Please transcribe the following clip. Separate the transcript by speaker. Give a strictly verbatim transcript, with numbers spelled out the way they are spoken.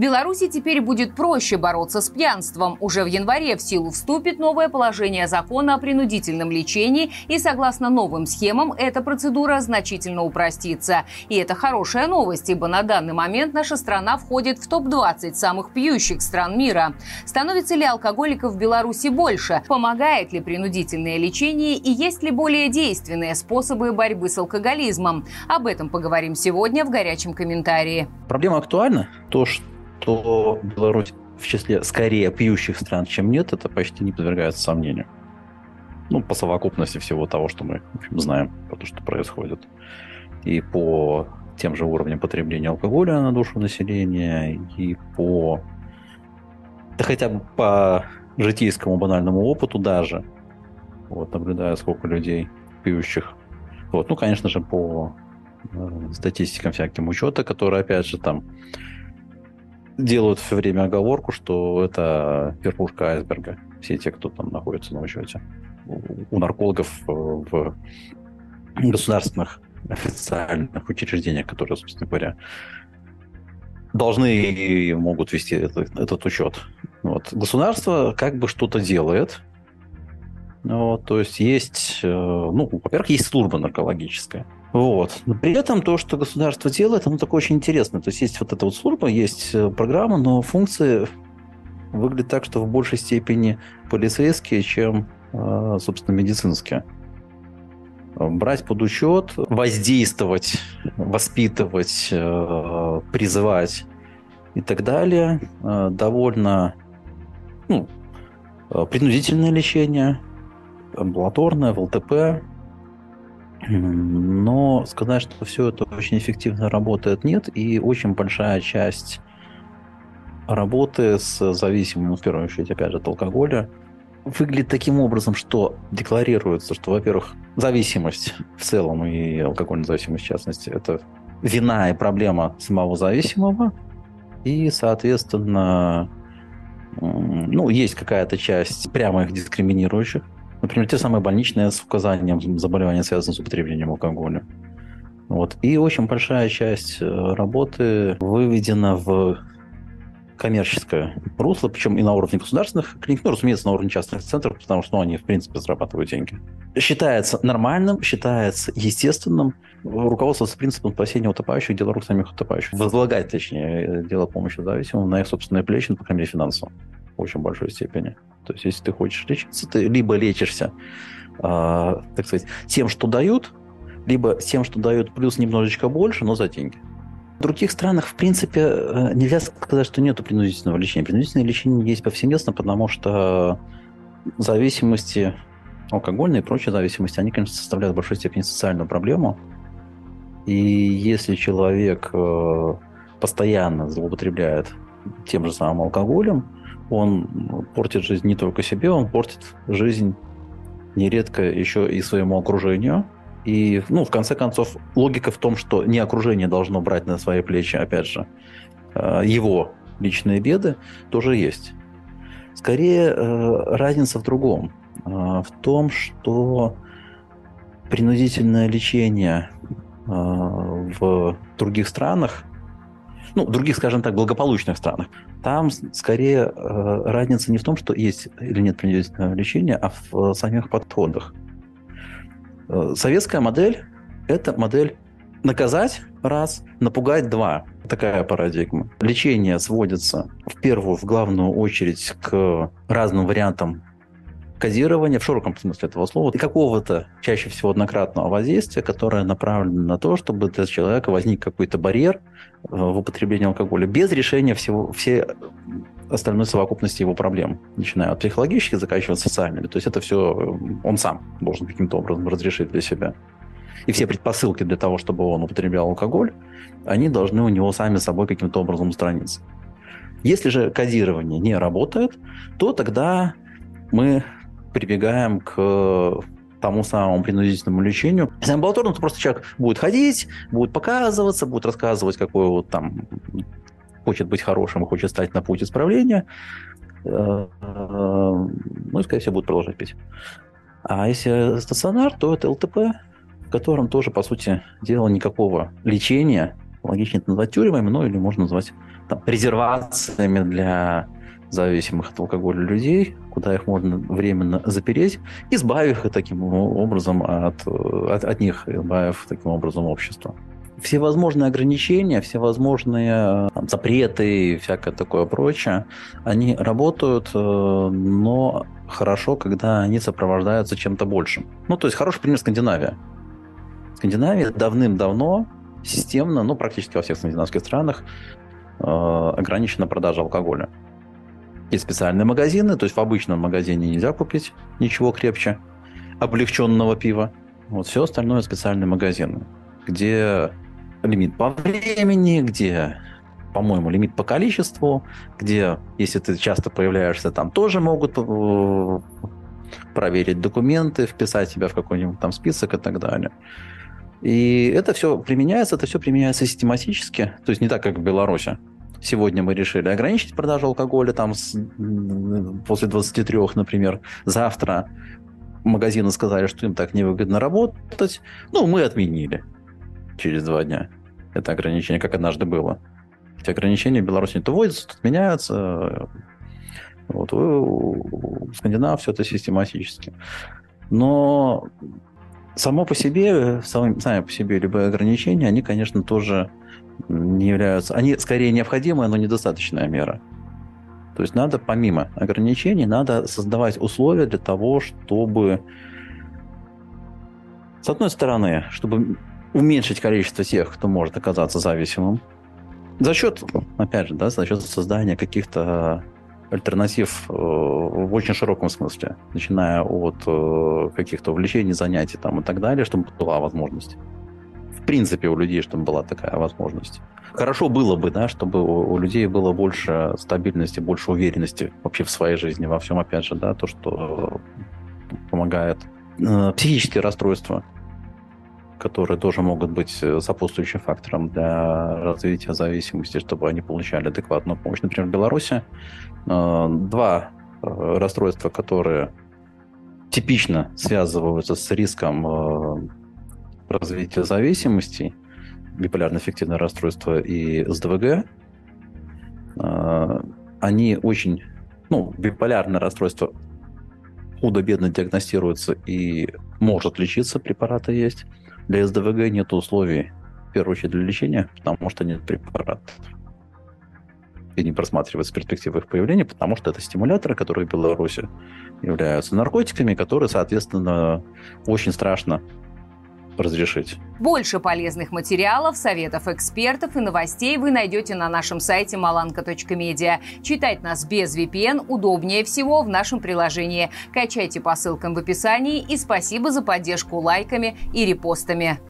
Speaker 1: Беларуси теперь будет проще бороться с пьянством. Уже в январе в силу вступит новое положение закона о принудительном лечении, и согласно новым схемам эта процедура значительно упростится. И это хорошая новость, ибо на данный момент наша страна входит в топ двадцать самых пьющих стран мира. Становится ли алкоголиков в Беларуси больше? Помогает ли принудительное лечение и есть ли более действенные способы борьбы с алкоголизмом? Об этом поговорим сегодня в горячем комментарии.
Speaker 2: Проблема актуальна. То, что Беларусь в числе скорее пьющих стран, чем нет, это почти не подвергается сомнению. Ну, по совокупности всего того, что мы, в общем, знаем про то, что происходит. И по тем же уровням потребления алкоголя на душу населения, и по... Да хотя бы по житейскому банальному опыту даже. Вот, наблюдая, сколько людей пьющих. Вот, ну, конечно же, по э, статистикам всяким учета, которые, опять же, там делают все время оговорку, что это верхушка айсберга. Все те, кто там находится на учете. У наркологов в государственных официальных учреждениях, которые, собственно говоря, должны и могут вести этот, этот учет. Вот. Государство как бы что-то делает. Вот, то есть есть, ну, во-первых, есть служба наркологическая. Вот. Но при этом то, что государство делает, оно такое очень интересное. То есть есть вот эта вот служба, есть программа, но функции выглядят так, что в большей степени полицейские, чем, собственно, медицинские. Брать под учет, воздействовать, воспитывать, призывать и так далее. Довольно, ну, принудительное лечение, амбулаторное, в эл тэ пэ. Но сказать, что все это очень эффективно работает, нет. И очень большая часть работы с зависимым, в первую очередь, опять же, от алкоголя, выглядит таким образом, что декларируется, что, во-первых, зависимость в целом и алкогольная зависимость в частности, это вина и проблема самого зависимого. И, соответственно, ну, есть какая-то часть прямо их дискриминирующих. Например, те самые больничные с указанием заболевания, связанные с употреблением алкоголя. Вот. И очень большая часть работы выведена в коммерческое русло, причем и на уровне государственных клиник, ну, разумеется, на уровне частных центров, потому что ну, они, в принципе, зарабатывают деньги. Считается нормальным, считается естественным руководствоваться принципом спасения утопающих, дело рук самих утопающих. Возлагать, точнее, дело помощи зависимым на их собственные плечи, ну, по крайней мере, финансово, в очень большой степени. То есть, если ты хочешь лечиться, ты либо лечишься, э, так сказать, тем, что дают, либо тем, что дают плюс немножечко больше, но за деньги. В других странах, в принципе, нельзя сказать, что нет принудительного лечения. Принудительное лечение есть повсеместно, потому что зависимости, алкогольные и прочие зависимости, они, конечно, составляют в большой степени социальную проблему. И если человек постоянно злоупотребляет тем же самым алкоголем, он портит жизнь не только себе, он портит жизнь нередко еще и своему окружению. И, ну, в конце концов, логика в том, что не окружение должно брать на свои плечи, опять же, его личные беды, тоже есть. Скорее, разница в другом. В том, что принудительное лечение в других странах, ну, в других, скажем так, благополучных странах, там скорее разница не в том, что есть или нет принудительного лечения, а в самих подходах. Советская модель – это модель наказать – раз, напугать – два. Такая парадигма. Лечение сводится в первую, в главную очередь к разным вариантам кодирования, в широком смысле этого слова, и какого-то, чаще всего однократного воздействия, которое направлено на то, чтобы для человека возник какой-то барьер в употреблении алкоголя без решения всего, всей остальной совокупности его проблем, начиная от психологических, заканчивая социальными. То есть это все он сам должен каким-то образом разрешить для себя. И все предпосылки для того, чтобы он употреблял алкоголь, они должны у него сами собой каким-то образом устраниться. Если же кодирование не работает, то тогда мы прибегаем к тому самому принудительному лечению. Если амбулаторно, то просто человек будет ходить, будет показываться, будет рассказывать, какой вот там хочет быть хорошим и хочет стать на путь исправления. Ну и, скорее всего, будет продолжать пить. А если стационар, то это эл тэ пэ, в котором тоже, по сути дела, никакого лечения, логично это назвать тюрьмами, ну или можно назвать там, резервациями для зависимых от алкоголя людей, куда их можно временно запереть, избавив их таким образом от, от, от них, избавив таким образом общество. Всевозможные ограничения, всевозможные там, запреты и всякое такое прочее, они работают, но хорошо, когда они сопровождаются чем-то большим. Ну, то есть хороший пример Скандинавия. Скандинавия давным-давно системно, ну, практически во всех скандинавских странах э, ограничена продажа алкоголя. Есть специальные магазины, то есть в обычном магазине нельзя купить ничего крепче облегченного пива. Вот все остальное специальные магазины, где лимит по времени, где, по-моему, лимит по количеству, где, если ты часто появляешься, там тоже могут проверить документы, вписать тебя в какой-нибудь там список и так далее. И это все применяется, это все применяется систематически, то есть не так, как в Беларуси. Сегодня мы решили ограничить продажу алкоголя там с, после двадцати трёх, например. Завтра магазины сказали, что им так невыгодно работать. Ну, мы отменили через два дня это ограничение, как однажды было. Эти ограничения в Беларуси то вводятся, то отменяются. Вот. У скандинавов все это систематически. Но само по себе, сами, сами по себе любые ограничения, они, конечно, тоже не являются... Они скорее необходимая, но недостаточная мера. То есть надо, помимо ограничений, надо создавать условия для того, чтобы, с одной стороны, чтобы уменьшить количество тех, кто может оказаться зависимым, за счет, опять же, да, за счет создания каких-то альтернатив э, в очень широком смысле, начиная от э, каких-то увлечений, занятий там, и так далее, чтобы была возможность. В принципе, у людей, чтобы была такая возможность. Хорошо было бы, да, чтобы у, у людей было больше стабильности, больше уверенности вообще в своей жизни, во всем, опять же, да, то, что помогает. Э, психические расстройства, которые тоже могут быть сопутствующим фактором для развития зависимости, чтобы они получали адекватную помощь. Например, в Беларуси э, два э, расстройства, которые типично связываются с риском э, развития зависимости, биполярно-аффективное расстройство и эс дэ вэ гэ, э, они очень... Ну, биполярное расстройство худо-бедно диагностируется и может лечиться, препараты есть. Для эс дэ вэ гэ нет условий, в первую очередь, для лечения, потому что нет препаратов. И не просматривается перспектива их появления, потому что это стимуляторы, которые в Беларуси являются наркотиками, которые, соответственно, очень страшно разрешить.
Speaker 1: Больше полезных материалов, советов экспертов и новостей вы найдете на нашем сайте маланка точка медиа. Читать нас без ви пи эн удобнее всего в нашем приложении. Качайте по ссылкам в описании и спасибо за поддержку лайками и репостами.